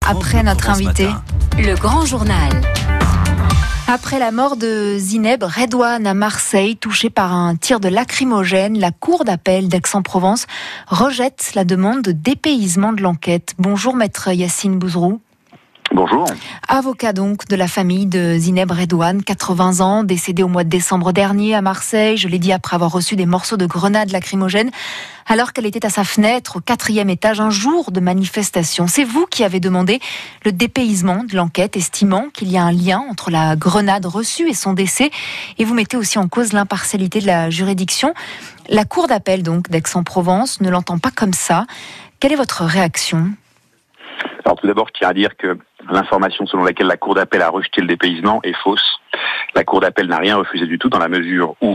après notre invité. Le grand journal. Après la mort de Zineb Redouane à Marseille, touchée par un tir de lacrymogène, la cour d'appel d'Aix-en-Provence rejette la demande de dépaysement de l'enquête. Bonjour maître Yassine Bouzrou. Bonjour. Avocat donc de la famille de Zineb Redouane, 80 ans, décédée au mois de décembre dernier à Marseille. Je l'ai dit, après avoir reçu des morceaux de grenades lacrymogènes alors qu'elle était à sa fenêtre au 4e étage un jour de manifestation. C'est vous qui avez demandé le dépaysement de l'enquête, estimant qu'il y a un lien entre la grenade reçue et son décès. Et vous mettez aussi en cause l'impartialité de la juridiction. La cour d'appel donc d'Aix-en-Provence ne l'entend pas comme ça. Quelle est votre réaction ? Alors tout d'abord, je tiens à dire que l'information selon laquelle la Cour d'appel a rejeté le dépaysement est fausse. La Cour d'appel n'a rien refusé du tout dans la mesure où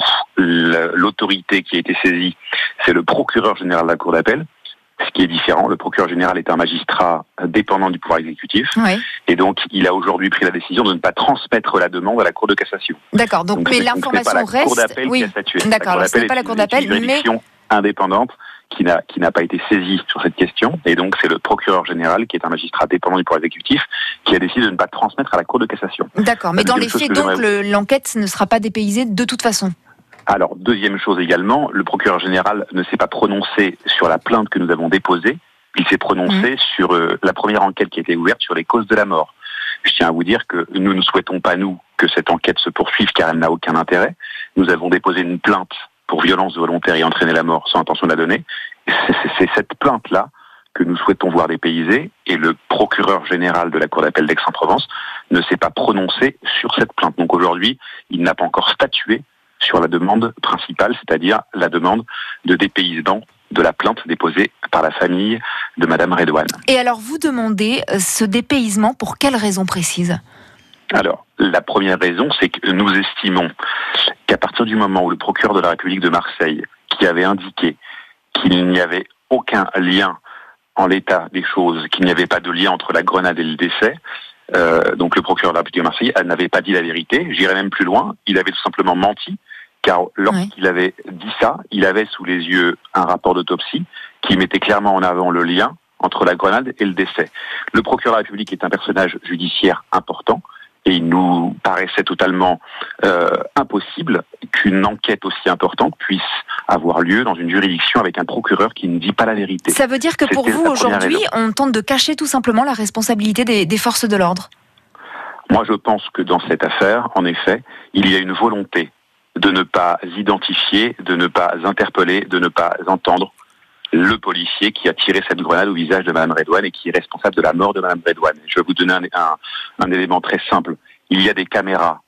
l'autorité qui a été saisie, c'est le procureur général de la Cour d'appel, ce qui est différent. Le procureur général est un magistrat dépendant du pouvoir exécutif, Oui. Et donc il a aujourd'hui pris la décision de ne pas transmettre la demande à la Cour de cassation. D'accord, donc mais l'information reste... Cour d'appel qui a statué. D'accord, alors ce n'est pas la Cour d'appel, mais... une juridiction indépendante qui n'a pas été saisie sur cette question, et donc c'est le procureur général, qui est un magistrat dépendant du pouvoir exécutif, qui a décidé de ne pas transmettre à la Cour de cassation. D'accord, mais dans les faits, donc, l'enquête ne sera pas dépaysée de toute façon. Alors, deuxième chose également, le procureur général ne s'est pas prononcé sur la plainte que nous avons déposée, il s'est prononcé sur la première enquête qui a été ouverte sur les causes de la mort. Je tiens à vous dire que nous ne souhaitons pas, nous, que cette enquête se poursuive, car elle n'a aucun intérêt. Nous avons déposé une plainte pour violence volontaire et entraîner la mort sans intention de la donner. C'est cette plainte-là que nous souhaitons voir dépaysée, et le procureur général de la Cour d'appel d'Aix-en-Provence ne s'est pas prononcé sur cette plainte. Donc aujourd'hui, il n'a pas encore statué sur la demande principale, c'est-à-dire la demande de dépaysement de la plainte déposée par la famille de Madame Redouane. Et alors vous demandez ce dépaysement pour quelle raison précise ? Alors, la première raison, c'est que nous estimons qu'à partir du moment où le procureur de la République de Marseille, qui avait indiqué qu'il n'y avait aucun lien en l'état des choses, qu'il n'y avait pas de lien entre la grenade et le décès, donc le procureur de la République de Marseille n'avait pas dit la vérité. J'irais même plus loin, il avait tout simplement menti, car lorsqu'il avait dit ça, il avait sous les yeux un rapport d'autopsie qui mettait clairement en avant le lien entre la grenade et le décès. Le procureur de la République est un personnage judiciaire important, et il nous paraissait totalement impossible qu'une enquête aussi importante puisse avoir lieu dans une juridiction avec un procureur qui ne dit pas la vérité. Ça veut dire que pour vous, aujourd'hui, on tente de cacher tout simplement la responsabilité des forces de l'ordre ? Moi, je pense que dans cette affaire, en effet, il y a une volonté de ne pas identifier, de ne pas interpeller, de ne pas entendre le policier qui a tiré cette grenade au visage de Mme Redouane et qui est responsable de la mort de Mme Redouane. Je vais vous donner un élément très simple. Il y a des caméras